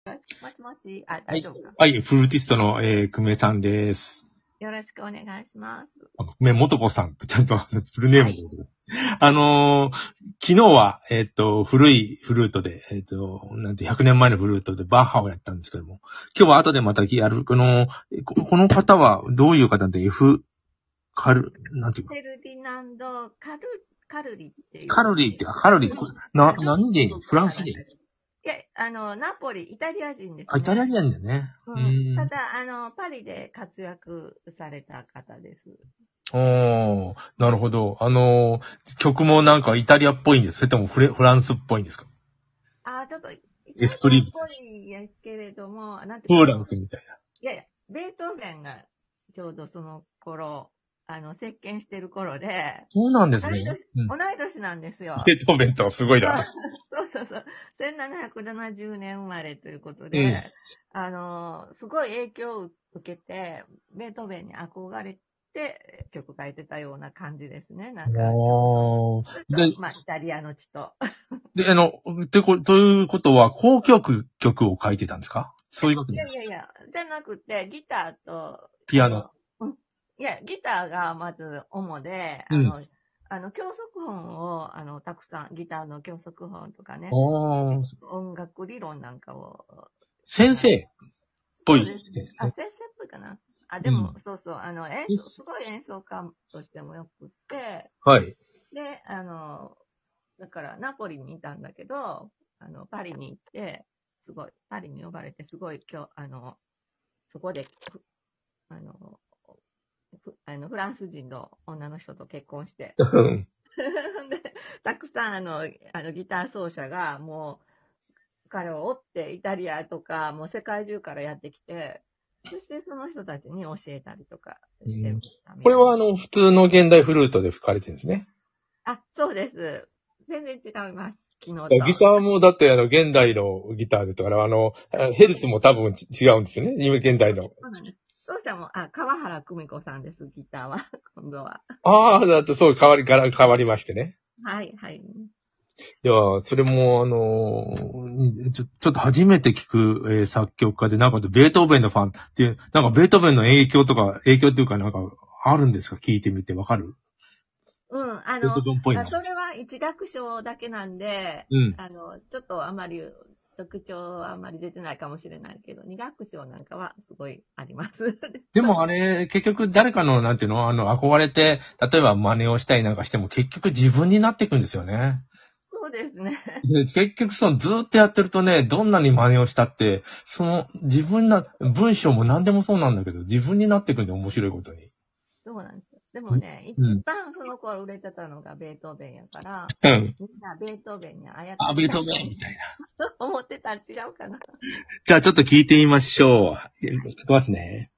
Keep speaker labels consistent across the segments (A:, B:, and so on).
A: もしもし、あ、
B: はい。
A: 大丈夫か。
B: はい、フルーティストの、久米さんです。
A: よろしくお願いします。
B: 久米元子さんとちゃんとフルネー
A: はい。
B: ムで。昨日は、古いフルートで、100年前のフルートでバッハをやったんですけども、今日は後でまたやる、この方はどういう方で、なんていうか、
A: フェルディナンド・カルリっていう。
B: カロリーってか、カロリー、何人フランス人？
A: いや、ナポリ、イタリア人です
B: あ、イタリア
A: ね。
B: 人なんだよね。
A: うん。ただ、パリで活躍された方です。
B: おー、なるほど。曲もなんかイタリアっぽいんです。それともフランスっぽいんですか？
A: ちょっと、イタ
B: エスプリ、
A: リアっぽいやけれども、なんていうか、
B: プーランクみたいな。
A: いやいや、ベートーベンがちょうどその頃、席巻してる頃で、
B: そうなんですね。
A: 同い年、
B: うん。
A: 同い年なんですよ。
B: ベートーベンとすごい
A: あ、
B: な。
A: そうそうそう。1770年生まれということ
B: うん。
A: で、すごい影響を受けて、ベートーベンに憧れて曲書いてたような感じですね。なんか曲の。
B: ああ。
A: それと、
B: で、
A: まあ、イタリアの血と。
B: ということは、交響曲を書いてたんですか？そういうわけ
A: い
B: ない。
A: やいやいや、じゃなくて、ギターと、
B: ピアノ。
A: うん、いや、ギターがまず主で、
B: うん。
A: 教則本を、たくさん、ギターの教則本とかね、
B: ああ、
A: 音楽理論なんかを、
B: 先生っぽい
A: そうですね。
B: ね。
A: 先生っぽいかな。でも、
B: うん。
A: そうそう、すごい演奏家としてもよくって、
B: はい。
A: で、だから、ナポリにいたんだけど、パリに行って、すごい、パリに呼ばれて、すごい、今日、そこで、あの、フランス人の女の人と結婚して、
B: うん。
A: で、たくさん、ギター奏者が、もう、彼を追って、イタリアとか、もう世界中からやってきて、そしてその人たちに教えたりとかしてたみたいな。
B: これは普通の現代フルートで吹かれてるんですね。
A: そうです。全然違います。昨日と。
B: ギターもだって現代のギターですから、ヘルツも多分違うんですよね。今現代の。
A: そうなんです。奏者も、川原久美子さんです、ギターは。今度は。
B: ああ、だとそう変わりましてね。
A: はい、はい。
B: いや、それもちょっと初めて聞く、作曲家で、なんかベートーベンのファンっていう、なんかベートーベンの影響っていうかなんかあるんですか？聞いてみてわかる？
A: うん、
B: ベートーベンっぽいな。
A: それは一楽章だけなんで、
B: うん。
A: ちょっとあまり、特徴はあまり出てないかもしれないけど、二楽章なんかはすごいあります。
B: でもあれ、結局誰かの、なんていうの、憧れて、例えば真似をしたりなんかしても、結局自分になっていくんですよね。
A: そうですね。
B: で結局ずーっとやってるとね、どんなに真似をしたって、自分文章も何でもそうなんだけど、自分になっていくんで面白いことに。
A: そうなんですよ。でもね、一
B: うん。
A: 番その頃売れてたのがベートーベンやから、
B: うん。
A: みんなベートーベンにあやか
B: あ、
A: り
B: ベートーベ
A: たいと
B: ンみたいな。
A: 思ってたら違うかな。
B: じゃあちょっと聞いてみましょう。
A: はい。
B: 聞きますね。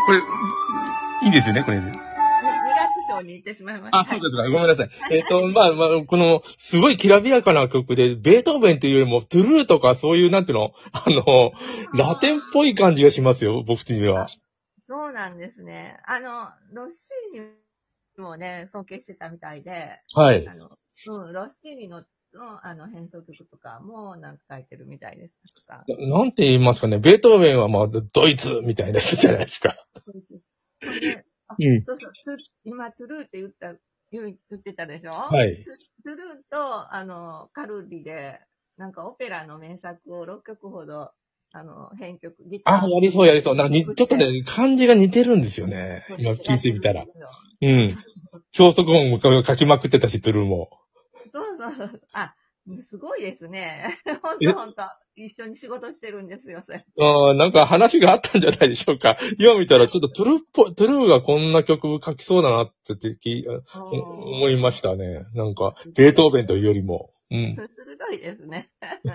B: これ、いいですよね、これ。
A: 2月号に行ってしまいました。
B: あ、そうですか。ごめんなさい。この、すごいきらびやかな曲で、ベートーベンというよりも、トゥルーとかそういう、なんていうの、ラテンっぽい感じがしますよ、僕的には。
A: そうなんですね。ロッシーニもね、尊敬してたみたいで、
B: はい。
A: ロッシーニの、変奏曲とかもなんか書いてるみたいです。
B: なんて言いますかね、ベートーベンはまあ、ドイツみたいな人じゃないですか。
A: ほんで、
B: うん。
A: そうそう、今、トゥルーって言ってたでしょ？
B: はい。
A: トゥルーと、カルリで、なんかオペラの名作を6曲ほど、編曲、ギ
B: あ、
A: ター
B: やりそうやりそう。ちょっと
A: 作って、
B: ね、感じが似てるんですよね。今聞いてみたら。うん。教則本も書きまくってたし、トゥルーも。
A: そうそう。あ、すごいですね。ほん
B: え、
A: とほんと。一緒に仕事してるんですよ、それ。
B: なんか話があったんじゃないでしょうか。今見たらちょっとトゥルーがこんな曲書きそうだなって思いましたね。なんか、ベートーベンというよりも。うん。
A: 鋭いですね。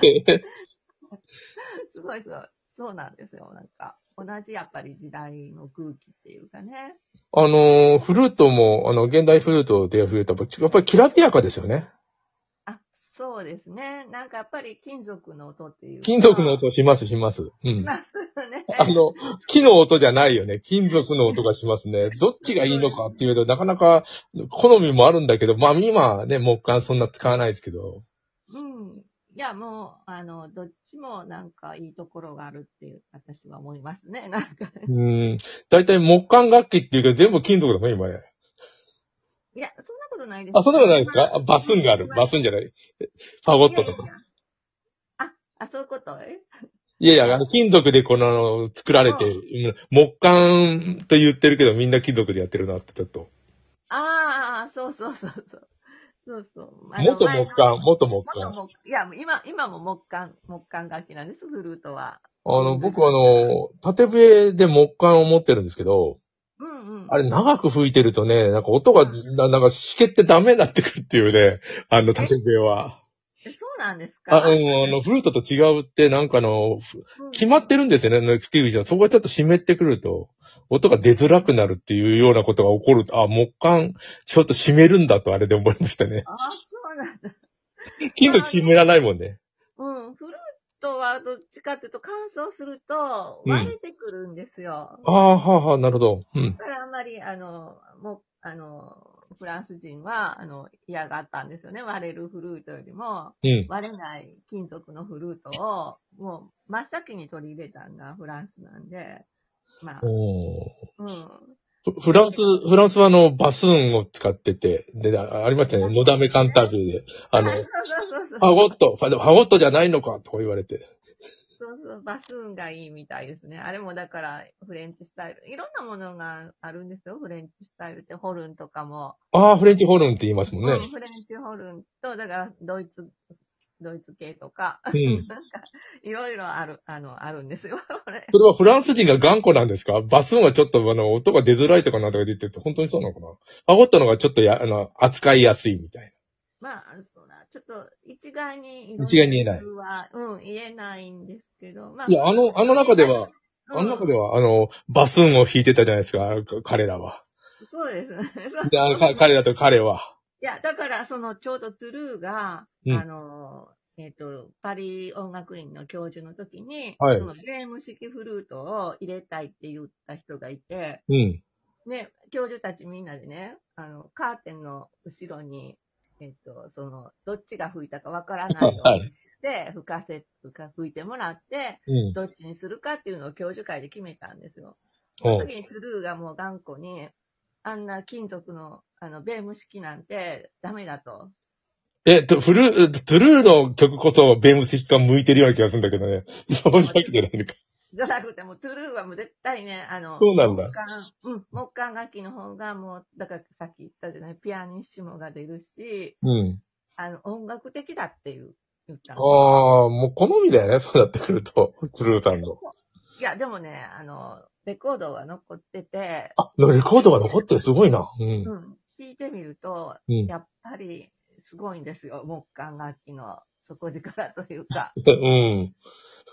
A: すごいすごい。そうなんですよ。なんか、同じやっぱり時代の空気っていうかね。
B: フルートも、現代フルートでフルートはやっぱりきらびやかですよね。
A: あ、そうですね。なんかやっぱり金属の音っていう
B: 金属の
A: か、
B: 音します、します。うん。
A: しますね。
B: 木の音じゃないよね。金属の音がしますね。どっちがいいのかっていうと、なかなか好みもあるんだけど、まあ今ね、木管そんな使わないですけど。
A: うん。いや、もう、どっちもなんかいいところがあるっていう、私は思いますね。なんかね。
B: だいたい木管楽器っていうか全部金属だもん、今ね。
A: いや、そんなことないです。
B: あ、そんなことないですか？バスンがある。
A: 今、
B: バスンじゃない。ファゴットとか。
A: いやいやいや。そういうこと
B: いやいや、
A: いや、
B: 金属で作られて、
A: うん。
B: 木管と言ってるけどみんな金属でやってるなってちょっと。
A: ああ、そうそうそうそう。そうそう。
B: 元
A: 前の、
B: 木管、元木管。
A: いや、今も木管楽器なんです、フルートは。
B: 僕
A: 全然。
B: 縦笛で木管を持ってるんですけど、
A: うんうん。
B: あれ長く吹いてるとね、なんか音が、
A: うん。
B: なんかしけってダメになってくるっていうね、
A: え、
B: 縦笛は。
A: そうなんです
B: うん、
A: か？
B: フルートと違うって、なんか
A: うん
B: 決まってるんですよね、吹き口は。そこがちょっと湿ってくると、音が出づらくなるっていうようなことが起こると、あ、木管、ちょっと湿るんだとあれで思いましたね。
A: ああ、そうなんだ。
B: 金属湿らないもんね。
A: フルートはどっちかっていうと乾燥すると
B: うん。
A: 割れてくるんですよ。
B: ああ、はあはあ、なるほど。うん。
A: だからあんまり、フランス人は、嫌がったんですよね。割れるフルートよりも、
B: うん。
A: 割れない金属のフルートを、もう、真っ先に取り入れたのがフランスなんで、まあ、
B: おー。
A: うん。
B: フランスはバスーンを使ってて、で、ありましたね。のだめカンタービレで、
A: そうそうそうそう。
B: ファゴットじゃないのかとか言われて。
A: そうそう、バスーンがいいみたいですね。あれもだからフレンチスタイル。いろんなものがあるんですよ。フレンチスタイルってホルンとかも。
B: ああ、フレンチホルンって言いますもんね。
A: うん、フレンチホルンと、だからドイツ系とか、
B: うん。
A: なんか、いろいろあるんですよ。これ。
B: それはフランス人が頑固なんですか？バスーンはちょっと音が出づらいとかなんとか言ってて、本当にそうなのかな？ファゴットの方がちょっと扱いやすいみたい
A: まあ、そうだ。ちょっと一概にい
B: な。
A: ろんな理
B: 一概に言えない。
A: 由は、言えないんですけど、まあ、
B: いや、
A: フルーツ
B: あの中では、
A: うん。
B: バスーンを弾いてたじゃないですか、彼らは。
A: そうですね。そう
B: で、
A: そうそう。
B: 彼らと彼は。
A: いや、だから、ちょうどトゥルーが、
B: うん。
A: パリ音楽院の教授の時に、
B: はい。
A: そのベーム式フルートを入れたいって言った人がいて、
B: うん。
A: ね、教授たちみんなでね、カーテンの後ろに、どっちが吹いたかわからないよう
B: はい。
A: にして、吹いてもらって、
B: うん。
A: どっちにするかっていうのを教授会で決めたんですよ。その
B: うん。
A: 時にトゥルーがもう頑固に、あんな金属の、ベーム式なんてダメだと。
B: トゥルーの曲こそベームス弾向いてるような気がするんだけどね。そういうわけじゃないのか。
A: じゃなくても、トゥルーはもう絶対ね、
B: そうなんだ。
A: 木管楽器の方がもう、だからさっき言ったじゃない、ピアニッシモが出るし、
B: うん。
A: 音楽的だって言った
B: あ
A: んですよ。
B: あ、もう好みだよね、そうなってくると。トゥルーさんの。
A: いや、でもね、レコードは残ってて、
B: あ、レコードが残ってすごいな。うん。
A: 聞いてみると、
B: うん。
A: やっぱりすごいんですよ、木管楽器の底力というか。
B: うん。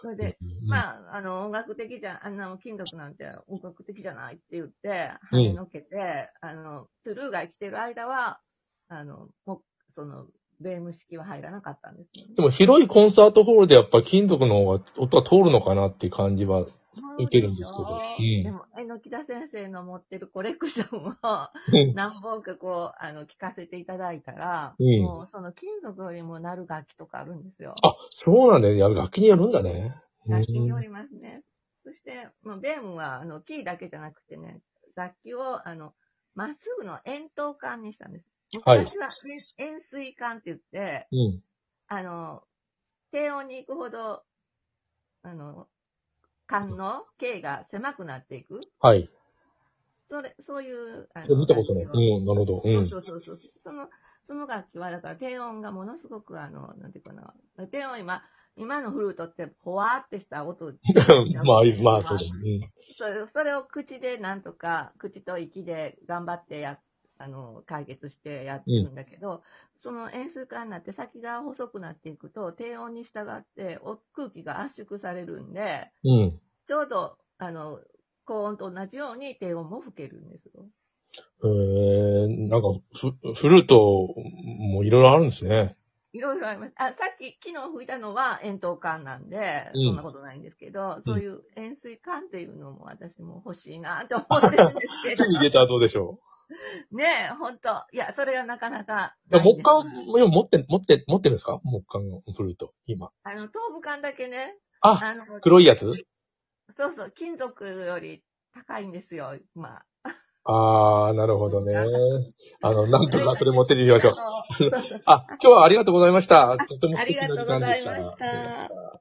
A: それで、音楽的じゃ、金属なんて音楽的じゃないって言って、跳ねのけて、トゥルーが生きてる間は、もう、ベーム式は入らなかったんですよね。
B: でも広いコンサートホールでやっぱり金属の方が音が通るのかなっていう感じは受けるんですけど。
A: でも、榎田先生の持ってるコレクションを何本か聞かせていただいたら、もうその金属よりも鳴る楽器とかあるんですよ。
B: あ、そうなんだね。楽器によるんだね。
A: 楽器によりますね。そして、ベームは、キーだけじゃなくてね、楽器を、まっすぐの円筒管にしたんです。昔は円錐管って言って、低音に行くほど、管の径が狭くなっていく。
B: はい。
A: そういう、
B: 見たことない。なるほど。
A: そう。その楽器は、だから低音がものすごく、なんていうかな。低音今のフルートって、ほわーってした音。
B: まあ、そうだ。
A: それを口でなんとか、口と息で頑張って解決してやってるんだけど、その円錐管になって先が細くなっていくと、低音に従って空気が圧縮されるんで、ちょうど、高音と同じように低音も吹けるんですよ。
B: なんか、フルートもいろいろあるんですね。
A: いろいろあります。昨日吹いたのは円筒管なんで、そんなことないんですけど、そういう円錐管っていうのも私も欲しいなと思ってるんですけど。
B: 手に入れたらどうでしょ
A: うねえ、ほんと。いや、それがなかなか。
B: 木管も持ってるんですか？木管のフルート、今。
A: 頭部管だけね。
B: 黒いやつ？
A: そう、金属より高いんですよ、今。
B: なるほどね。なんとかそれ持ってみましょう。今日はありがとうございました。とても素敵な時間でした。
A: ありがとうございました。